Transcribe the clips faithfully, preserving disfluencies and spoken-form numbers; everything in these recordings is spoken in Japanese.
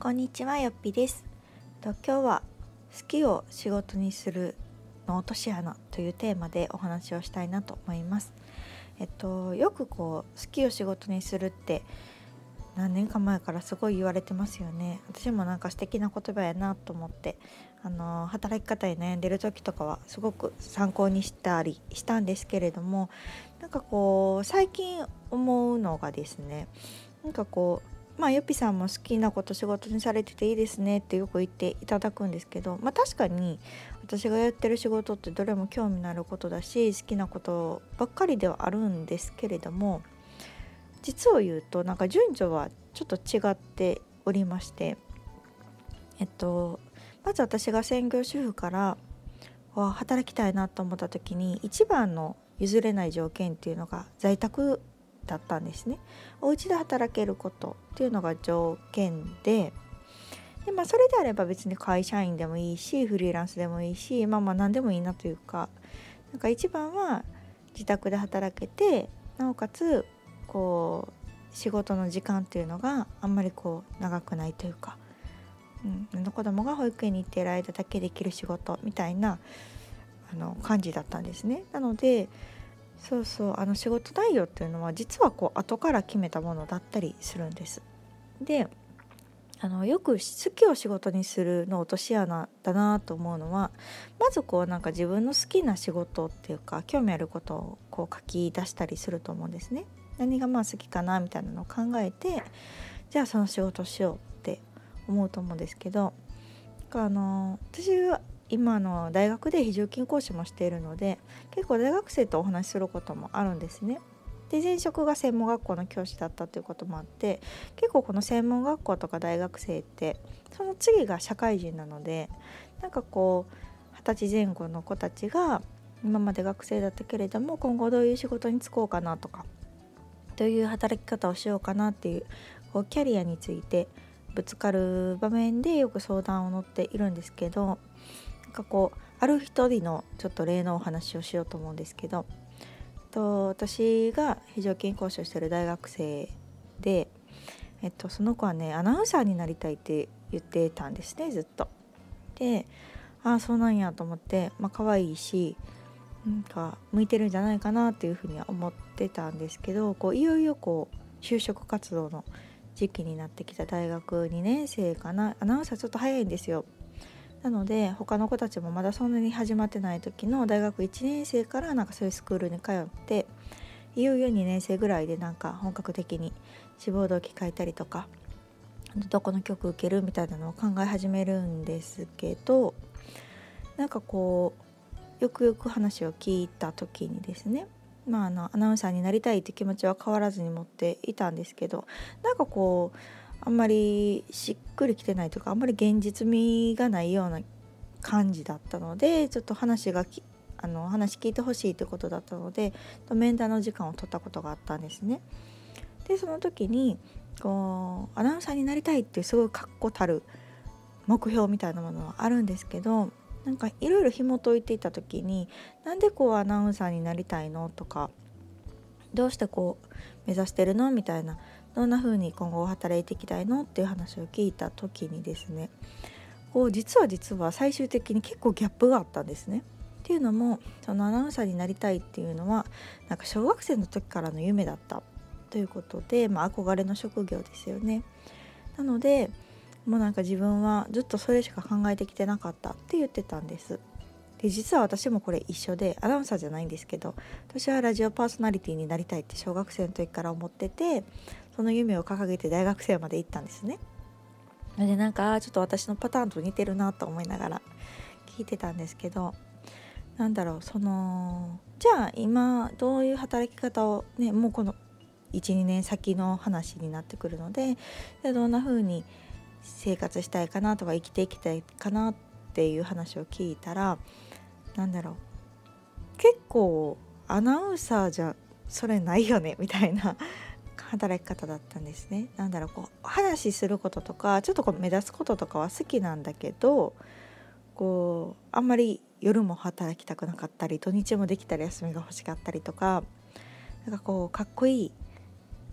こんにちは、よっぴです。と今日は好きを仕事にするの落とし穴というテーマでお話をしたいなと思います。えっとよくこう好きを仕事にするって何年か前からすごい言われてますよね。私もなんか素敵な言葉やなと思って、あの働き方に悩んでる時とかはすごく参考にしたりしたんですけれども、なんかこう最近思うのがですね、なんかこうまあよっぴさんも好きなこと仕事にされてていいですねってよく言っていただくんですけど、まあ確かに私がやってる仕事ってどれも興味のあることだし好きなことばっかりではあるんですけれども、実を言うとなんか順序はちょっと違っておりまして、えっとまず私が専業主婦からわ働きたいなと思った時に一番の譲れない条件っていうのが在宅だったんですね。お家で働けることっていうのが条件で、で、まあ、それであれば別に会社員でもいいしフリーランスでもいいし、まあまあ何でもいいなというか、なんか一番は自宅で働けて、なおかつこう仕事の時間っていうのがあんまりこう長くないというか、うん、子供が保育園に行っている間だけできる仕事みたいなあの感じだったんですね。なのでそうそうあの仕事内容っていうのは実はこう後から決めたものだったりするんです。であのよく好きを仕事にするの落とし穴だなと思うのは、まずこうなんか自分の好きな仕事っていうか興味あることをこう書き出したりすると思うんですね。何がまあ好きかなみたいなのを考えて、じゃあその仕事をしようって思うと思うんですけど、あの私は今の大学で非常勤講師もしているので、結構大学生とお話しすることもあるんですね。で前職が専門学校の教師だったということもあって、結構この専門学校とか大学生ってその次が社会人なので、なんかこうはたちぜん後の子たちが今まで学生だったけれども今後どういう仕事に就こうかなとか、どういう働き方をしようかなっていう、こうキャリアについてぶつかる場面でよく相談を乗っているんですけど、なんかこうある一人のちょっと例のお話をしようと思うんですけど、と私が非常勤講師をしている大学生で、えっと、その子はねアナウンサーになりたいって言ってたんですね、ずっと。で、ああそうなんやと思って、まあ可愛いしなんか向いてるんじゃないかなっていうふうには思ってたんですけど、こういよいよこう就職活動の時期になってきた大学にねん生かな、アナウンサーちょっと早いんですよ。なので他の子たちもまだそんなに始まってない時の大学いちねん生からなんかそういうスクールに通って、いよいよにねん生ぐらいでなんか本格的に志望動機書いたりとかどこの曲受けるみたいなのを考え始めるんですけど、なんかこうよくよく話を聞いた時にですね、まあ、あのアナウンサーになりたいって気持ちは変わらずに持っていたんですけど、なんかこうあんまりしっくりきてないというか、あんまり現実味がないような感じだったので、ちょっと話がきあの話聞いてほしいということだったので面談の時間を取ったことがあったんですね。でその時にこうアナウンサーになりたいっていうすごい確固たる目標みたいなものはあるんですけど、なんかいろいろ紐解いていた時に、なんでこうアナウンサーになりたいのとか、どうしてこう目指してるのみたいな、どんな風に今後働いていきたいのっていう話を聞いた時にですね、こう実は実は最終的に結構ギャップがあったんですね。っていうのも、そのアナウンサーになりたいっていうのはなんか小学生の時からの夢だったということで、まあ、憧れの職業ですよね。なのでもうなんか自分はずっとそれしか考えてきてなかったって言ってたんです。で実は私もこれ一緒で、アナウンサーじゃないんですけど、私はラジオパーソナリティになりたいって小学生の時から思ってて、その夢を掲げて大学生まで行ったんですね。でなんかちょっと私のパターンと似てるなと思いながら聞いてたんですけど、なんだろう、そのじゃあ今どういう働き方をね、もうこのいち、にねん先の話になってくるので、でどんな風に生活したいかなとか生きていきたいかなっていう話を聞いたら、なんだろう、結構アナウンサーじゃそれないよねみたいな働き方だったんですね。なんだろう、こう話することとかちょっとこう目立つこととかは好きなんだけど、こうあんまり夜も働きたくなかったり土日もできたら休みが欲しかったりとか、なんかこうかっこいい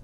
うん、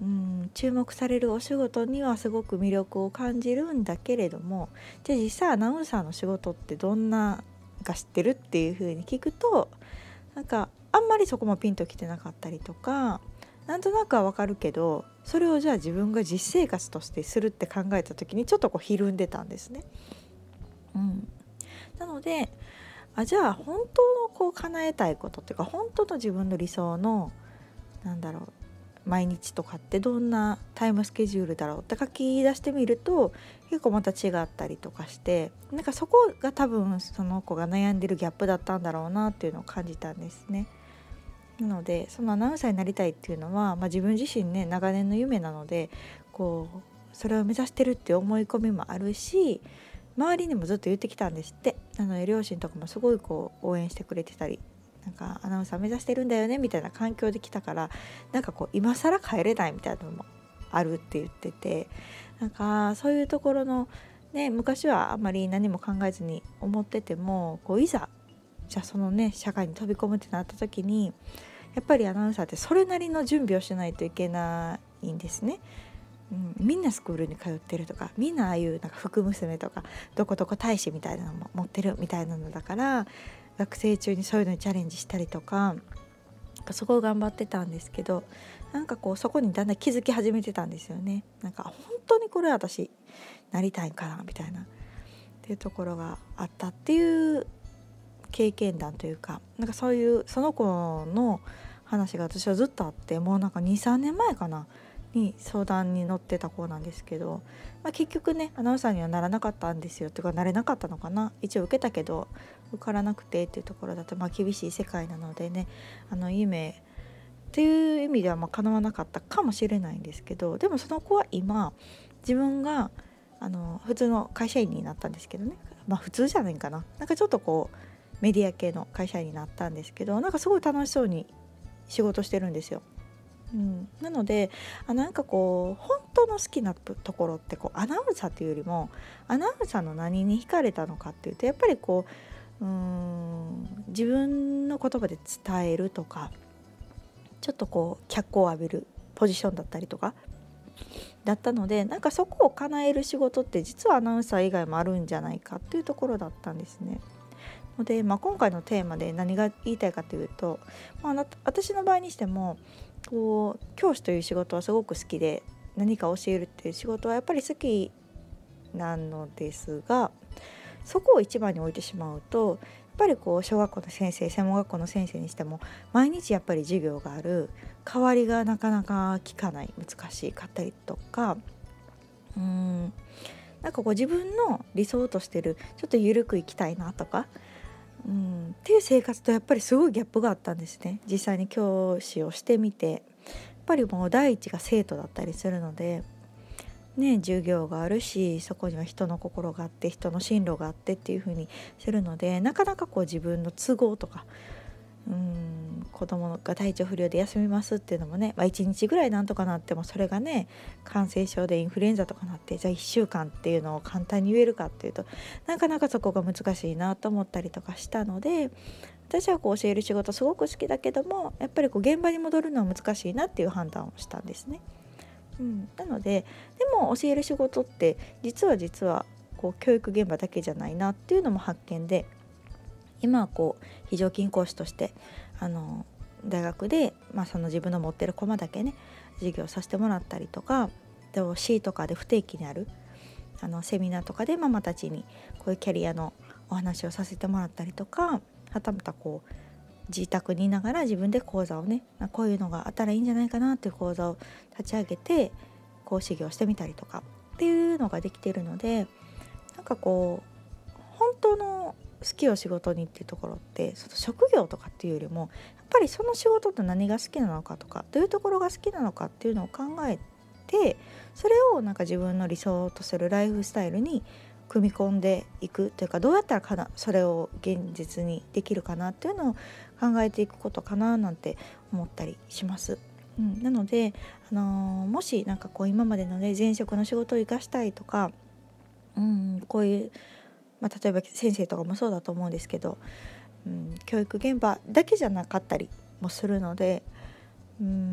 注目されるお仕事にはすごく魅力を感じるんだけれども、じゃあ実際アナウンサーの仕事ってどんなか知ってるっていう風に聞くと、なんかあんまりそこもピンときてなかったりとか、なんとなくはわかるけど、それをじゃあ自分が実生活としてするって考えた時にちょっとこうひるんでたんですね。うん、なので、あじゃあ本当のこう叶えたいことっていうか、本当の自分の理想のなんだろう毎日とかってどんなタイムスケジュールだろうって書き出してみると、結構また違ったりとかして、なんかそこが多分その子が悩んでるギャップだったんだろうなっていうのを感じたんですね。なのでそのアナウンサーになりたいっていうのは、まあ、自分自身ね長年の夢なので、こうそれを目指してるっていう思い込みもあるし、周りにもずっと言ってきたんですって。なので両親とかもすごいこう応援してくれてたり、なんかアナウンサー目指してるんだよねみたいな環境で来たから、なんかこう今更帰れないみたいなのもあるって言ってて、なんかそういうところのね、昔はあんまり何も考えずに思ってても、こういざじゃあそのね社会に飛び込むってなった時に、やっぱりアナウンサーってそれなりの準備をしないといけないんですね。うん、みんなスクールに通ってるとか、みんなああいうなんか福娘とかどこどこ大使みたいなのも持ってるみたいなのだから、学生中にそういうのにチャレンジしたりとか、そこを頑張ってたんですけど、なんかこうそこにだんだん気づき始めてたんですよね。なんか本当にこれ私なりたいんかなみたいなっていうところがあったっていう経験談というか、なんかそういうその子の話が私はずっとあって、もうなんか にさんねんまえかなに相談に乗ってた子なんですけど、まあ、結局ねアナウンサーにはならなかったんですよ。っていうかなれなかったのかな、一応受けたけど受からなくてっていうところだと、まあ厳しい世界なのでね、あの夢っていう意味ではまあ叶わなかったかもしれないんですけど、でもその子は今自分があの普通の会社員になったんですけどね、まあ普通じゃないかな、なんかちょっとこうメディア系の会社員になったんですけど、なんかすごい楽しそうに仕事してるんですよ。うん、なのであなんかこう本当の好きなところってこうアナウンサーっていうよりも、アナウンサーの何に惹かれたのかっていうと、やっぱりこう、うーん自分の言葉で伝えるとか、ちょっとこう脚光を浴びるポジションだったりとかだったので、なんかそこを叶える仕事って実はアナウンサー以外もあるんじゃないかっていうところだったんですね。ので、まあ、今回のテーマで何が言いたいかというと、まあ、私の場合にしてもこう教師という仕事はすごく好きで、何か教えるっていう仕事はやっぱり好きなのですが、そこを一番に置いてしまうと、やっぱりこう小学校の先生、専門学校の先生にしても毎日やっぱり授業がある、代わりがなかなか効かない、難しかったりとか、うーんなんかこう自分の理想としてるちょっと緩く生きたいなとか、うん、っていう生活とやっぱりすごいギャップがあったんですね。実際に教師をしてみて、やっぱりもう第一が生徒だったりするのでね、授業があるし、そこには人の心があって人の進路があってっていう風にするので、なかなかこう自分の都合とか、うーん子供が体調不良で休みますっていうのもね、まあ、いちにちぐらいなんとかなっても、それがね感染症でインフルエンザとかなって、じゃあいっしゅうかんっていうのを簡単に言えるかっていうと、なかなかそこが難しいなと思ったりとかしたので、私はこう教える仕事すごく好きだけども、やっぱりこう現場に戻るのは難しいなっていう判断をしたんですね。うん、なので、でも教える仕事って実は実はこう教育現場だけじゃないなっていうのも発見で、今はこう非常勤講師としてあの大学で、まあ、その自分の持ってるコマだけね授業させてもらったりとか、と市とかで不定期にあるあのセミナーとかでママたちにこういうキャリアのお話をさせてもらったりとか、はたまたこう自宅にいながら自分で講座をね、こういうのがあったらいいんじゃないかなっていう講座を立ち上げて講師業してみたりとかっていうのができているので、なんかこう本当の好きを仕事にっていうところって、その職業とかっていうよりも、やっぱりその仕事と何が好きなのかとか、どういうところが好きなのかっていうのを考えて、それをなんか自分の理想とするライフスタイルに組み込んでいくというか、どうやったらかなそれを現実にできるかなっていうのを考えていくことかななんて思ったりします。うん、なので、あのー、もしなんかこう今までのね前職の仕事を生かしたいとか、うん、こういう、まあ、例えば先生とかもそうだと思うんですけど、うん、教育現場だけじゃなかったりもするので、うん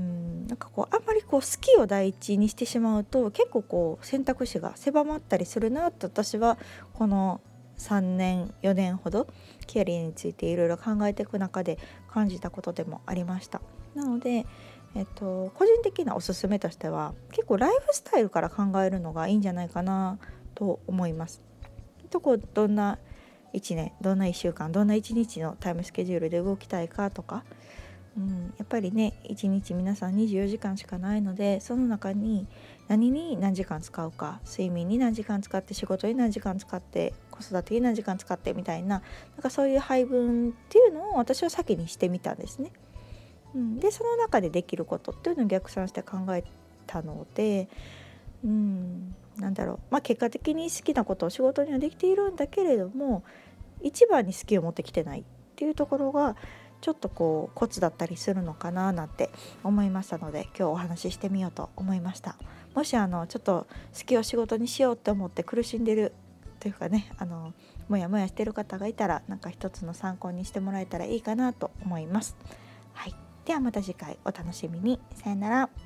ん、なんかこうあんまりこう好きを第一にしてしまうと結構こう選択肢が狭まったりするなと私はこのさんねんよねんほどキャリアについていろいろ考えていく中で感じたことでもありました。なので、えっと、個人的なおすすめとしては結構ライフスタイルから考えるのがいいんじゃないかなと思います。とこうどんないちねんどんないっしゅうかんどんないちにちのタイムスケジュールで動きたいかとか、うん、やっぱりねいちにち皆さんにじゅうよじかんしかないのでその中に何に何時間使うか、睡眠に何時間使って仕事に何時間使って子育てに何時間使ってみたいな、なんかそういう配分っていうのを私は先にしてみたんですね。うん、でその中でできることっていうのを逆算して考えたので、うん、なんだろう、まあ結果的に好きなことを仕事にはできているんだけれども一番に好きを持ってきてないっていうところがちょっとこうコツだったりするのかななんて思いましたので今日お話ししてみようと思いました。もしあのちょっと好きを仕事にしようって思って苦しんでるというかね、あのもやもやしてる方がいたらなんか一つの参考にしてもらえたらいいかなと思います。はい、ではまた次回お楽しみに。さよなら。